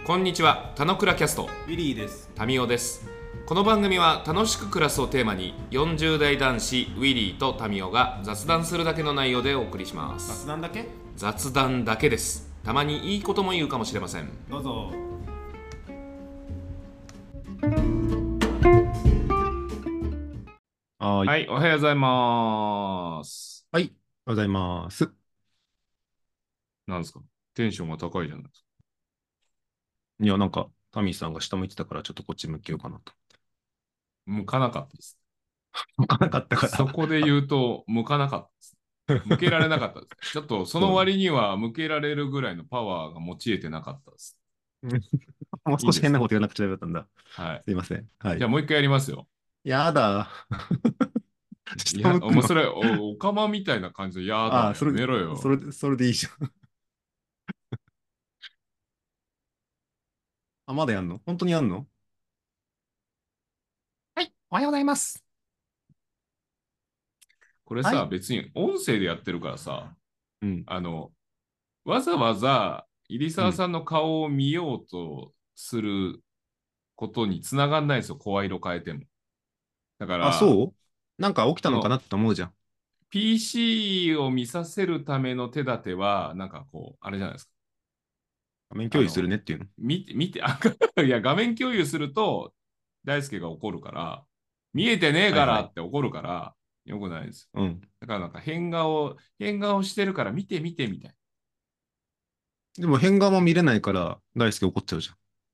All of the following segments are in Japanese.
こんにちは、たのくらキャストウィリーです。 タミオです。この番組は楽しく暮らすをテーマに40代男子ウィリーとタミオが雑談するだけの内容でお送りします。 雑談だけ？ 雑談だけです。たまにいいことも言うかもしれません。 どうぞ。 はい、おはようございます。 はい、おはようございます。 なんですか、テンションが高いじゃないですか。 いや、なんか、タミーさんが下向いてたから、ちょっとこっち向けようかなと。 向かなかったです。 向かなかったかそら。 こで言うと向かなかったです。向けられなかったです。ちょっとその割には向けられるぐらいのパワーが持ち得てなかったです。 もう少し変ないいですか？ こと言わなくちゃよかったんだ。 はい。 すいません。はい。 じゃあもう一回やりますよ。 やだ。 いや、 下向くの。 もうそれおかまみたいな感じで、やだ、 ああ、 やめろよ。 それでいいじゃん。あ、まだやんの？本当にやんの？はい、おはようございます。 これさ、 はい。 別に音声でやってるからさ、 うん、 あの、わざわざ入うん。 澤さんの顔を見ようとすることにつながんないですよ、声色変えても。だかあ、 ら、 そうなんか起きたそののかなって思うじゃん。 PC を見させるための手立ては、なんかこう、あれじゃないですか。 画面共有すあの、 るねっていうの。 見て、いや、画面共有すると、大輔が怒るから、見えてねえからはいはい。 って怒るから、よくないですよ。 うん。 だからなんか変顔してるから見て見てみたいでも変顔も見れないから、大好き怒っちゃうじ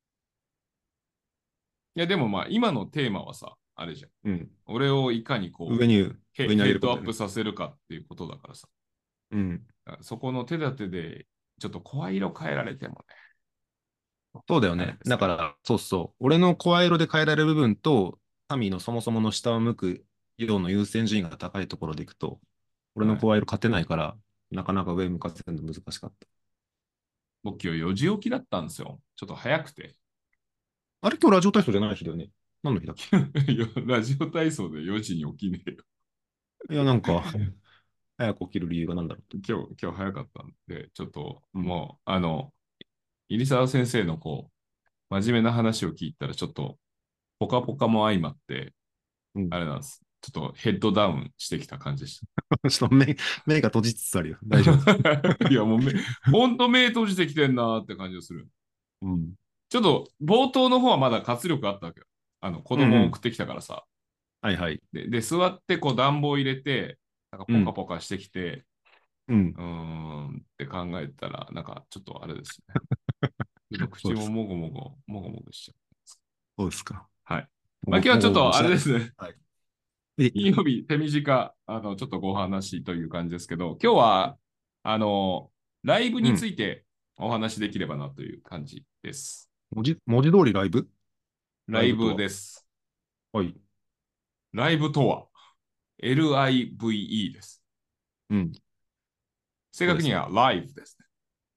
な。いや、でもまあ、今のテーマはさ、あれじゃん。 ゃん。うん。 俺をいかにこう、 上に上ヘッドアッげることだよね。 プさせるかっていうことだからさ。 うん。 そこの手立てで、ちょっと声色変えられてもね、 そうだよね。 あれですから。 だから、そうそう。俺の声色で変えられる部分と、タミーのそもそもの下を向くようの優先順位が高いところでいくと、俺はい。 の声色勝てないから、なかなか上向かせるの難しかった。 僕今日4時起きだったんですよ。ちょっと早くて。 あれ、今日ラジオ体操じゃない日だよね。何の日だっけ？ いやラジオ体操で4時に起きねえよ。 いや、なんか、早く起きる理由が何だろうと。 今日早かったんで、ちょっとうん。 もう、入澤先生のこう、真面目な話を聞いたら、ちょっと、ポカポカも相まって、 うん。 あれなんです。ちょっとヘッドダウンしてきた感じでしちょっと目が閉じつつあるよ。 た。 大丈夫？ いや、もうほんと目閉じてきてんなーって感じがする。 うん。 ちょっと、冒頭の方はまだ活力あったわけよ。子うんうん。 供を送ってきたからさ。 はいはい。 で、座ってこう暖房入れて、なんかポカうん。 ポカしてきて、 うん。 って考えたら、なんかちょっとあれですね。ちょっと口もそうです。 もごもごしちゃう。 そうですか。 はい。まあ今日はちょっとあもごもごしない。 れですね。 はい。で、 金曜日手短、ちょっとご話という感じですけど、今日は、あの、ライブにつうん。 いてお話しできればなという感じです。 文字通りライブ？ ライブライブとは？ です。 はい。 ライブとは、LIVE です。 うん。 正確にはそうですね。 ライブですね。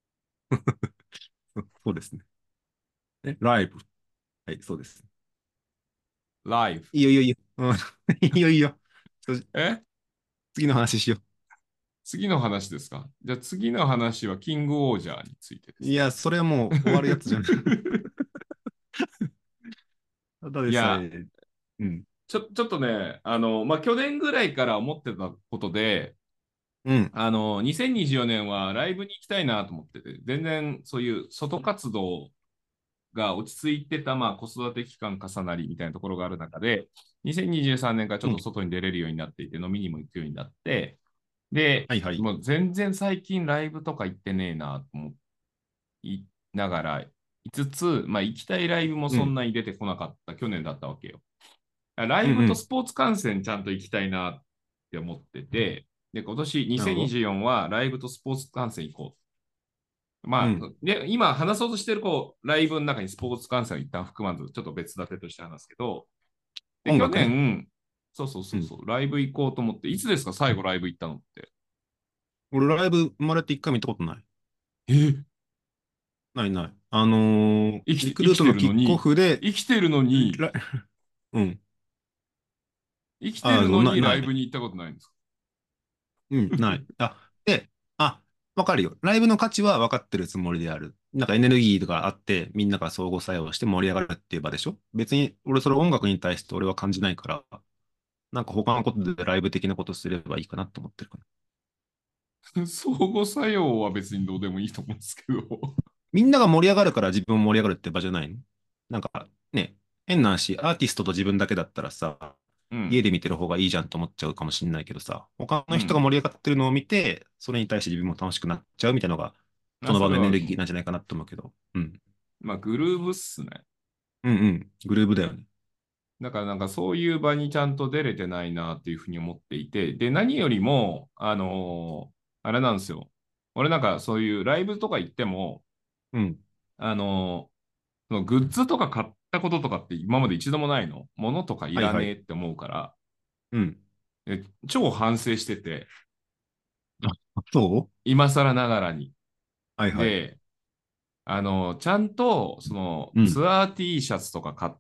そうですね。ライブ。はい、そうです。 ライブ。 いいよいいよいいよ。うん、いいよいいよ。 え次の話しよ次の話ですか？じゃあ次の話はキングオージャーについてでう。いすね。 や、それはもう終わるやつじゃん。ただでさいや、 え、うん。 ちょっとね、まあ、去年ぐらいから思ってたことで、 うん。 2024年はライブに行きたいなと思ってて、全然そういう外活動が落ち着いてた、まあ、子育て期間重なりみたいなところがある中で、2023年からちょっとうん。 外に出れるようになっていて、飲みにも行くようになって、で、 はいはい。 もう全然最近ライブとか行ってねえなと思いながら、いつつ、まあ、行きたいライブもうん。 そんなに出てこなかった去年だったわけよ。ライブとうんうん。 スポーツ観戦ちゃんと行きたいなって思ってて、で、今年なるほど。 2024はライブとスポーツ観戦行こう。まあ、 うん。 で、今話そうとしてるこう、ライブの中にスポーツ観戦を一旦含まず、ちょっと別立てとして話すけど、で、去音楽ね。 年、そうそううん。 そうそう、ライブ行こうと思って、いつですか、最後ライブ行ったのって。 俺、ライブ生まれて一回見たことない。 えないない。リク生きてルートのキックオるのに、 フで、 生きてるのに、 ラうん。 生きてあ、 るのにライブない。 に行ったことないんですか？ うん、ない。あ、で、あ、 わかるよ。ライブの価値は分かってるつもりである。なんかエネルギーとかあって、みんなが相互作用して盛り上がるっていう場でしょ。別に、俺それ音楽に対して俺は感じないから、なんか他のことでライブ的なことすればいいかなと思ってるから。 相互作用は別にどうでもいいと思うんですけど。 みんなが盛り上がるから自分も盛り上がるって場じゃないの？なんかね、変な話、アーティストと自分だけだったらさ、 うん、 家で見てる方がいいじゃんと思っちゃうかもしれないけどさ、他の人がうん。 盛り上がってるのを見て、それに対して自分も楽しくなっちゃうみたいなのが、そまあ、 の場のエネそれはあるルギーなんじゃと思う。 ないかなと思うけど。うん。 まあ、グルーブっすね。 うんうん。グルーブだよね。 だからなんかそういう場にちゃんと出れてないなっていうふうに思っていて、で、何よりも、あれなんですよ。俺なんかそういうライブとか行っても、 うん。 あのそのグッズとか買ったこととかって今まで一度もないの？物とかいらはいはい。 ねえって思うから、 うん。 超反省してて、 あ、そう。 今更ながらに。 はいはい。 で、ちゃんとそのうん。 ツアー T シャツとか買って、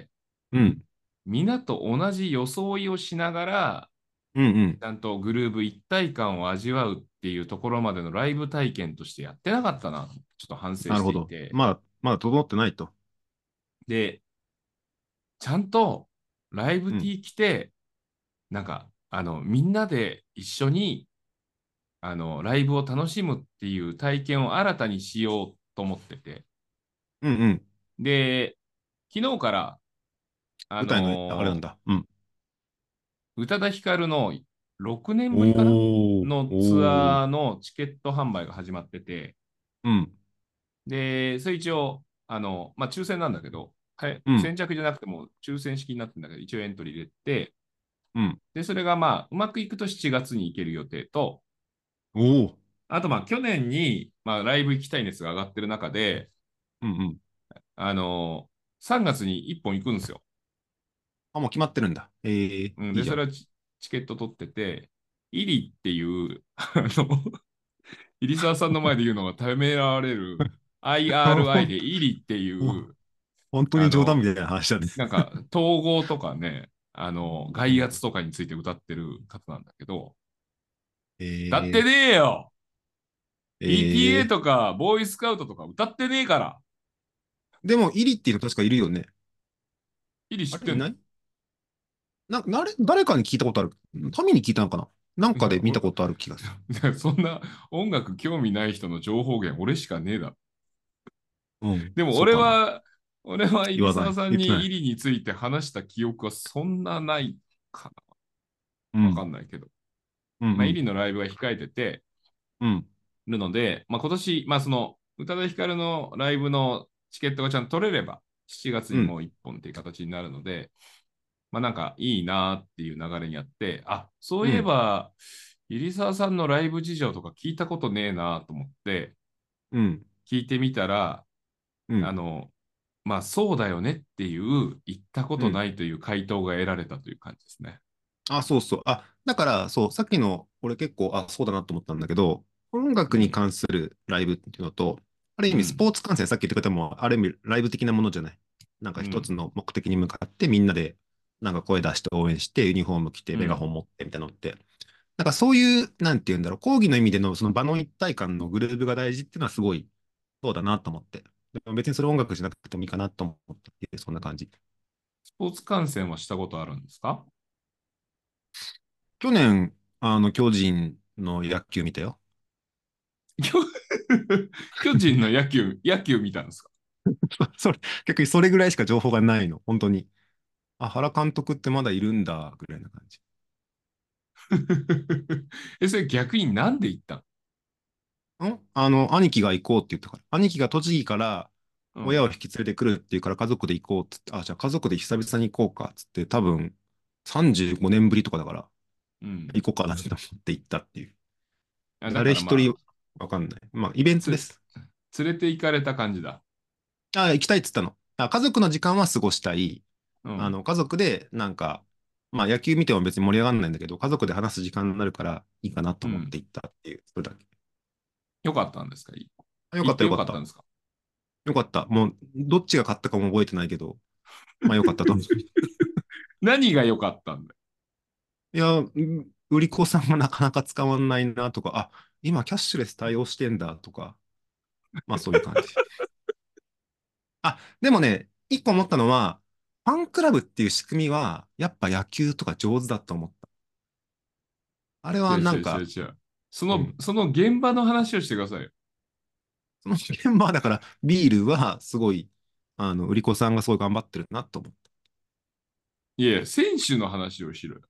うん。 みんなと同じ装いをしながら、 うんうん。 ちゃんとグルーブ一体感を味わうっていうところまでのライブ体験としてやってなかったな、ちょっと反省しなるほど。 ていて。 まだ整ってないと。 で、ちゃんとライブうん。 T 着て、なんか、みんなで一緒に、ライブを楽しむっていう体験を新たにしようと思ってて。 うんうん。 で、昨日から、あ舞台の、あれなんのだ。うん。 宇多田ヒカルの6年ぶりかなおー。 のツおー。 アーのチケット販売が始まってて、 うん。 で、それ一応、まあ、抽選なんだけど、はい、 うん。 先着じゃなくても抽選式になってるんだけど、一応エントリー入れて、 うん。 で、それがまあ、うまくいくと7月に行ける予定と、 おー。 あとまあ、去年に、まあ、ライブ行きたい熱が上がってる中で、 うんうん。 あの3月に1本行くんですよ。 あ、もう決まってるんだ。 うん、で、 いいじゃん。 それはチケット取ってて、イリっていう、入澤さんの前で言うのがためられる IRI でイリっていおう、 本当に冗談みあの、 たいな話だね。 なんか統合とかね、外圧とかについて歌ってる方なんだけど、 え歌ってー、 ねえよ。 え !PTA ー、 とかボーイスカウトとか歌ってねえから。 でも、イリっていうの確かいるよね。 イリ知あれ、 ってんの？ いない？誰かに聞いたことある。民に聞いたのかな？なんかで見たことある気がすそんな音楽興味ない人の情報源俺しかねえだ。 る。うん、 でもそうかな。 俺は入言わない。 澤さん言ってない。 にイリについて話した記憶はそんなないかな。わかうん、 んないけど。 うん、うまあ、イん、 リのライブが控えててうん、 るので、まあ、今年、まあ、その、宇多田ヒカルのライブのチケットがちゃんと取れれば、7月うん、 にもう1本っていう形になるので、まあ、なんかいいなっていう流れにあって、あ、そういえうん、 ば、入澤さんのライブ事情とか聞いたことねえなと思って、 うん、 聞いてみたら、 うん、 あの、まあそうだよねっていう言ったこうん。 とないという回答が得られたという感じですね。 あ、そうそう。あ、だから、そう、さっきの、俺結構、あ、そうだなと思ったんだけど、音楽にうん。 関するライブっていうのと、ある意味、スうん。 ポーツ観戦、さっき言ってくれたも、ある意味、ライブ的なものじゃない。なんかうん。 一つの目的に向かって、みんなで、なんか声出して応援して、ユニフォーム着て、メガホうん。 ン持ってみたいなのって、なんかそういう、なんて言うんだろう、講義の意味でのその場の一体感のグルーヴが大事っていうのはすごい、そうだなと思って。でも別にそれ音楽じゃなくてもいいかなと思って、そんな感じ。 スポーツ観戦はしたことあるんですか？ 去年、巨人の野球見たよ。 巨巨人の野球見たんですか？ 逆にそれぐらいしか情報がないの、本当に。あ、原監督ってまだいるんだ、ぐらいな感じ。 それ逆になんで行った兄貴が行こうって言ったから。兄貴が栃木からの？うん。 親を引き連れてくるって言うから家族で行こうっつって、あ、じゃあ家族で久々に行こうかっつって、多分35年ぶりとかだから、 うん。 行こうかなって思って行ったっていう。 あ、だか誰一人らまあ、 わかんない。まあ、イベントでつ、 す。 連れて行かれた感じだ。 あ、行きたいっつったの。家族の時間は過ごしたい。 うん。 家族でなんか、まあ野球見ても別に盛り上がらないんだけど、家族で話す時間になるからいいかなとうん。 思って行ったっていう、それだけ。 よかったんですか？ よか行ってよったよかった。 かったんですか？ よかった。もう、どっちが勝ったかも覚えてないけど、まあよかったと思う。 何が良かったんだよ。 いや、 売り子さんがなかなか使わないなとか、あ、今キャッシュレス対応してんだとか、まあそういう感じ。あ、でもね、一個思ったのは、ファンクラブっていう仕組みは、やっぱ野球とか上手だと思った。あれは違う違うなんか、 違う違う。その、 うん。 その現場の話をしてくださいよ。 その現場はだから、ビールはすごい、売り子さんがすごい頑張ってるなと思った。 いや、選手の話をしろよ。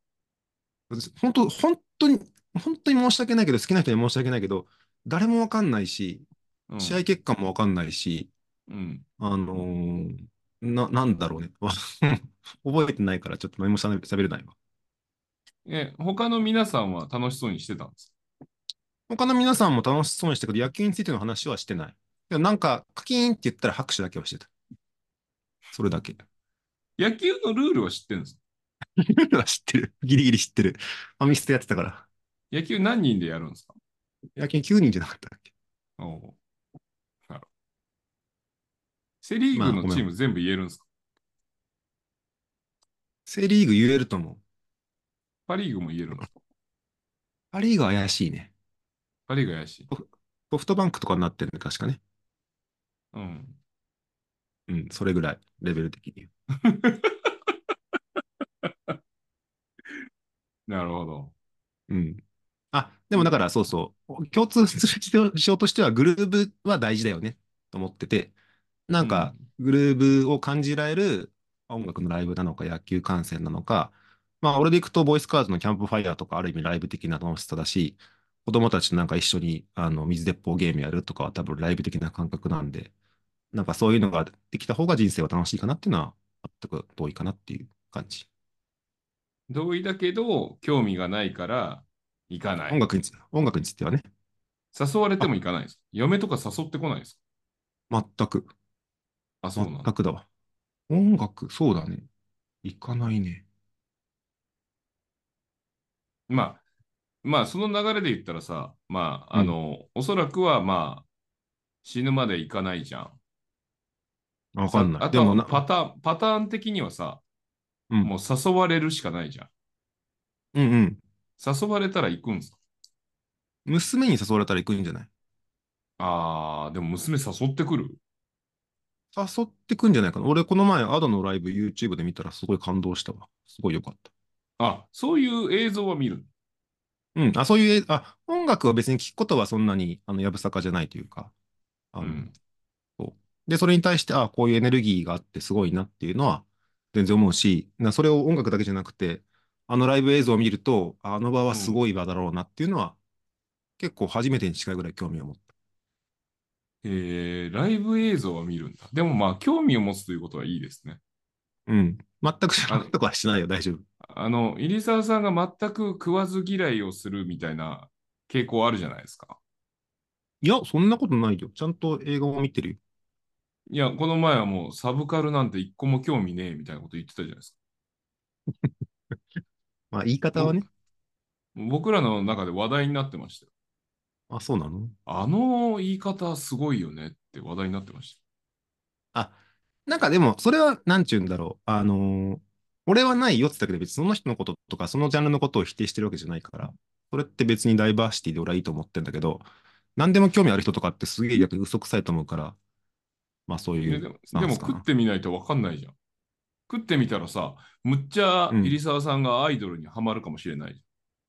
本当に申し訳ないけど、好きな人に申し訳ないけど、誰もわかんないし、試合うん。 結果もわかんないし、 うん。 あのーなんだろうね。覚えてないからちょっと何も喋れないわ。 他の皆さんは楽しそうにしてたんです。 他の皆さんも楽しそうにしたけど、野球についての話はしてない。でもなんか、カキーンって言ったら拍手だけはしてた。それだけ。 野球のルールは知ってるんです。 ルールは知ってる。ギリギリ知ってる。ファミステやってたから。 野球何人でやるんですか？ 野球9人じゃなかったっけ？ おう。なるほど。セリーまあ、 グのごめん。 チーム全部言えるんですか？ セリーグ言えると思う。 パリーグも言えるんですか？ パリーグは怪しいね。 パリーグ怪しい。 ソフトバンクとかになってるね、確かね。 うん。 うん、それぐらい、レベル的に。 なるほど。 うん。あ、でもだいからそうそう、共通する事象としてはグルーブは大事だよね、と思ってて、なんか、 うん。 グルーブを感じられる音楽のライブなのか、野球観戦なのか、まあ、俺で行くと、ボイスカーズのキャンプファイヤーとか、ある意味ライブ的な楽しさだし、子供たちとなんか一緒に、水鉄砲ゲームやるとかは多分ライブ的な感覚なんで、なんかそういうのができた方が人生は楽しいかなっていうのは、全く同意かなっていう感じ。 同意だけど、興味がないから行かない。 音楽についてはね。 誘われてあ、 も行かないです。嫁とか誘ってこないです。 全く、 あ、そうなんだ。 全くだわ。音楽、そうだね。行かないね。 まあ、まあ、その流れで言ったらさ、まあ、 うん。 おそらくはまあ、死ぬまで行かないじゃん。さ、 わかんない。 あとはでもパターン的にはさ、 うん。 もう誘われるしかないじゃん。 うんうん。 誘われたら行くんですか？ 娘に誘われたら行くんじゃない？ あー、でも娘誘ってくる。 誘ってくんじゃないかな。俺、この前、アドのライブ YouTube で見たらすごい感動したわ。すごい良かった。 あ、そういう映像は見る。 うん。あ、そういう、音楽は別に聞くことはそんなに、やぶさかじゃないというか、あの、 うん。 そう。で、それに対して、こういうエネルギーがあってすごいなっていうのは、全然思うし、それを音楽だけじゃなくて、あのライブ映像を見ると、あの場はすうん。 ごい場だろうなっていうのは、結構初めてに近いぐらい興味を持った。 ライブ映像は見るんだ。でもまあ、興味を持つということはいいですね。 うん。全く知らあの、 ないとかはしないよ、大丈夫。 入澤さんが全く食わず嫌いをするみたいな傾向あるじゃないですか。 いや、そんなことないよ。ちゃんと映画を見てるよ。 いや、この前はもうサブカルなんて一個も興味ねえみたいなこと言ってたじゃないですか。 まあ、言い方は僕、 ね。 僕らの中で話題になってましたよ。 あ、そうなの？ あの言い方すごいよねって話題になってましあ、なんかでも、それは、なんちゅうんだろう。俺はないよって言ったけど、別にその人のこととか、そのジャンルのことを否定してるわけじゃないから、それって別にダイバーシティで俺はいいと思ってんだけど、何でも興味ある人とかってすげえ逆に嘘くさいと思うから、まあそうた。 いうスタでもンスかな。 食ってみないとわかんないじゃん。食ってみたらさ、むっちゃうん。 入澤さんがアイドルにはまるかもしれないじ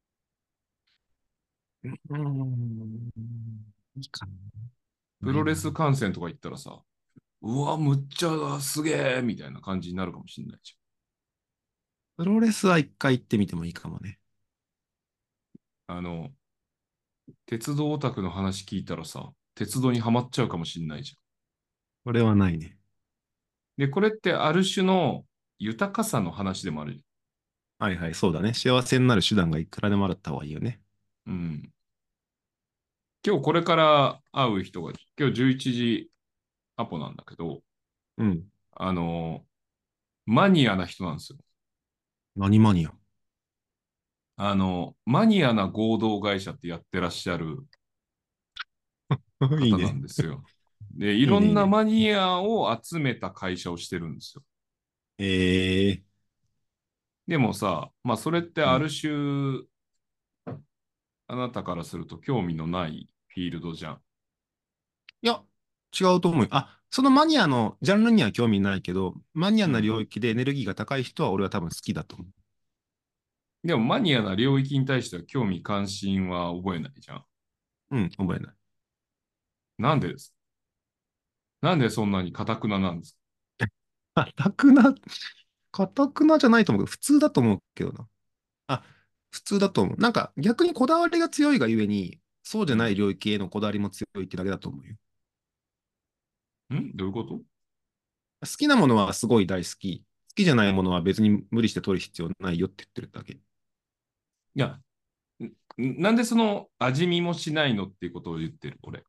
うーん。いいかゃん。プな。ないな。 ロレス観戦とか行ったらさ、うわ、むっちゃすげえみたいな感じになるかもしれないじプロレスは一回行ってみてもいいかもね。 ゃん。鉄道オタクの話聞いたらさ、鉄道にはまっちゃうかもしれないじゃん。 これはないね。 で、これってある種の豊かさの話でもある。 はいはい、そうだね。幸せになる手段がいくらでもあった方がいいよね。 うん。今日これから会う人が、今日11時アポなんだけど、 うん。 あの、マニアな人なんですよ。 何マニア？ マニアな合同会社ってやってらっしゃるいい方なんね。 ですよ。で、いいいね、いろんないね。 マニアを集めた会社をしてるんですよ。 ええでもさ、まあそれってうん。 ある種、 あなたからすると興味のないフィールドじゃん。 いや、違うと思うよ。あ、そのマニアのジャンルには興味ないけど、マニアうん。 な領域でエネルギーが高い人は俺は多分好きだと思でもマニアな領域に対しては興味関心は覚えないじゃん。 う。うん、覚えない。 なんでです？なんでそんなに堅くななんですか？ かたくな、かたくなじゃないと思うけど、普通だと思うけどな。あ、普通だと思う。なんか逆にこだわりが強いがゆえに、そうじゃないうん。 領域へのこだわりも強いってだけだと思うよ。 どういうこと？ 好きなものはすごい大好き。好きじゃないものは別に無理して取る必要ないよって言ってるだけ。 いや、なんでその味見もしないのっていうことを言ってる、俺。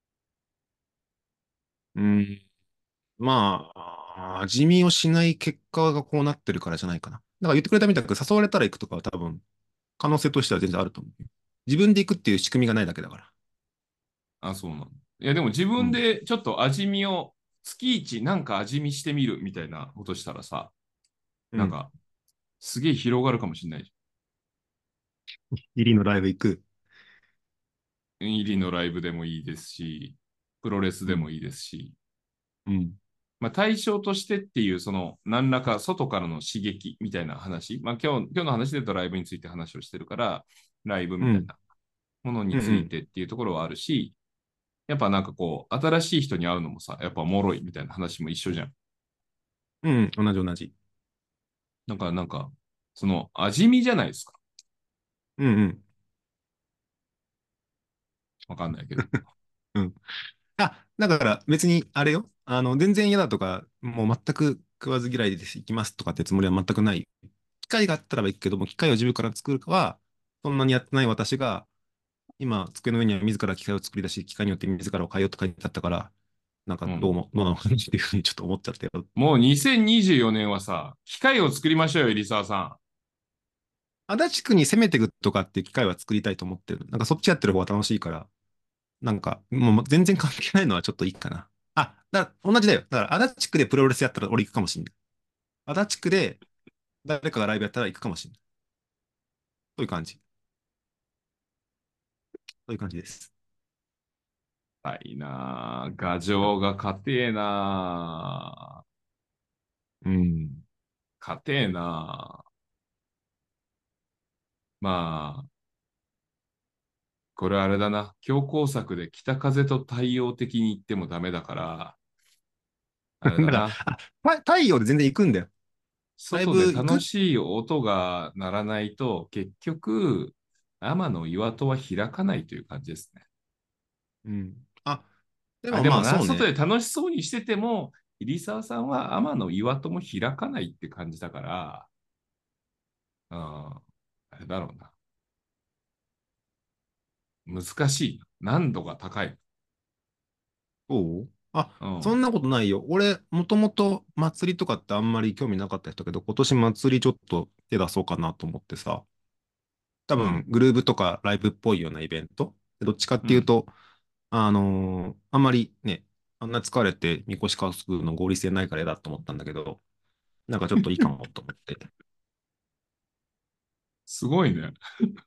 うん。まあ、味見をしない結果がこうなってるからじゃないかな。だから言ってくれたみたく誘われたら行くとかは多分可能性としては全然あると思うよ。自分で行くっていう仕組みがないだけだから。 あ、そうなの。いや、でも自うん。 分でちょっと味見を月一なんか味見してみるみたいなことしたらさ、 うん。 なんかすげえ広がるかもしれないじ入りのライブ行く。 ゃん。入りのライブでもいいですし、プロレスうん。 でもいいですし、 うん。 まあ、対象としてっていう、その何らか外からの刺激みたいな話、まあ、今日の話で言うとライブについて話をしてるから、ライブうん。 みたいなものについうん。 てっていうところはあるし、やっぱなんかこう、新しい人に会うのもさ、やっぱおもろいみたいな話も一緒じゃん。 うん。同じ同じ。 なんか、その味見じゃないですか。 うん。うん。 わかんないけど。 うん。あ、だから別にあれよ。全然嫌だとか、もう全く食わず嫌いで行きますとかってつもりは全くない。機会があったらば行くけども、機械を自分から作るかは、そんなにやってない私が、今、机の上には自ら機械を作り出し、機械によって自らを変えようって書いてあったから、なんかうん。 どうも、どうなのかなっていうふうにちょっと思っちゃったよ。 もう2024年はさ、機械を作りましょうよ、入澤さ足立区に攻めていくとかっていう機会は作りたいと思ってる。なんかそっちやってる方が楽しいから、なんかもう全然関係ないのはちょっといいかな。あ、同じだよ。だから足立区でプロレスやったら俺行くかもしんない。足立区で誰かがライブやったら行くかもしんない。そういう感じ。そういう感じです。 ん。はいなぁ。牙城が硬えなうん。 ぁ。硬えなぁ。まあ、これあれだな。強攻策で北風と太陽的に言ってもダメだから、あれだから、 だな。 太陽で全然行くんだよ。ライ外でブ行く。 楽しい音が鳴らないと、結局、天の岩戸は開かないという感じですね。 うん。あ、であ、 もでもな、 まあそうね。 外で楽しそうにしてても、入澤さんは天の岩戸も開かないって感じだから、うん、あれだろうな。難しい。難度が高い。 そうあ、 うん、 そんなことないよ。俺、もともと祭りとかってあんまり興味なかった人だけど、今年祭りちょっと手出そうかなと思ってさ、多分うん、 グルーブとかライブっぽいようなイベント。どっちかっうん。 ていうと、あんまりね、あんな疲れてみこし担ぐの合理性ないから嫌だと思ったんだけど、なんかちょっといいかもと思って。 すごいね。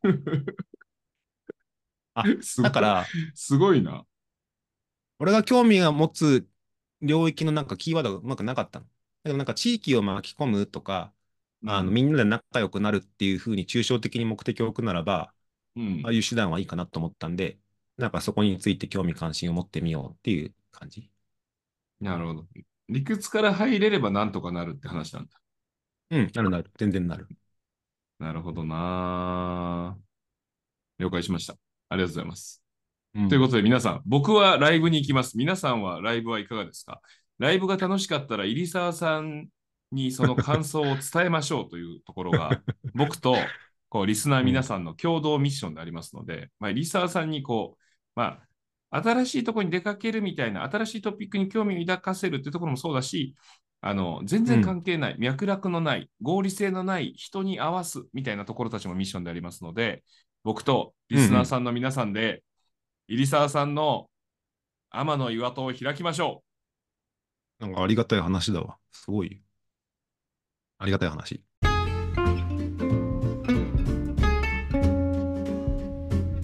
あ、 すごい、 だから、 すごいな。 俺が興味が持つ領域のなんかキーワードがうまくなかったの。でもなんか地域を巻き込むとか、 うん、 みんなで仲良くなるっていうふうに抽象的に目的を置くならば、 うん。 ああいう手段はいいかなと思ったんで、なんかそこについて興味関心を持ってみようっていう感じ。 なるほど。理屈から入れればなんとかなるって話なんだ。 うん、なるなる。全然なる。 なるほどな。了解しました。ありがとうございます。 うん。 ということで皆さん、僕はライブに行きます。皆さんはライブはいかがですか？ライブが楽しかったら入澤さんにその感想を伝えましょうというところが、僕とこうリスナーうん。 皆さんの共同ミッションでありますので、まあ、入澤さんにこう、まあ、新しいところに出かけるみたいな、新しいトピックに興味を抱かせるっていうところもそうだし、全然うん。 関係ない、脈絡のない、合理性のない人に合わすみたいなところたちもミッションでありますので、僕とリスうんうん。 ナーさんの皆さんで、入澤さんの天の岩戸を開きましょう。 なんかありがたい話だわ。すごい。ありがたい話。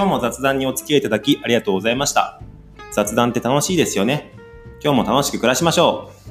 今日も雑談にお付き合いいただきありがとうございました。雑談って楽しいですよね。今日も楽しく暮らしましょう。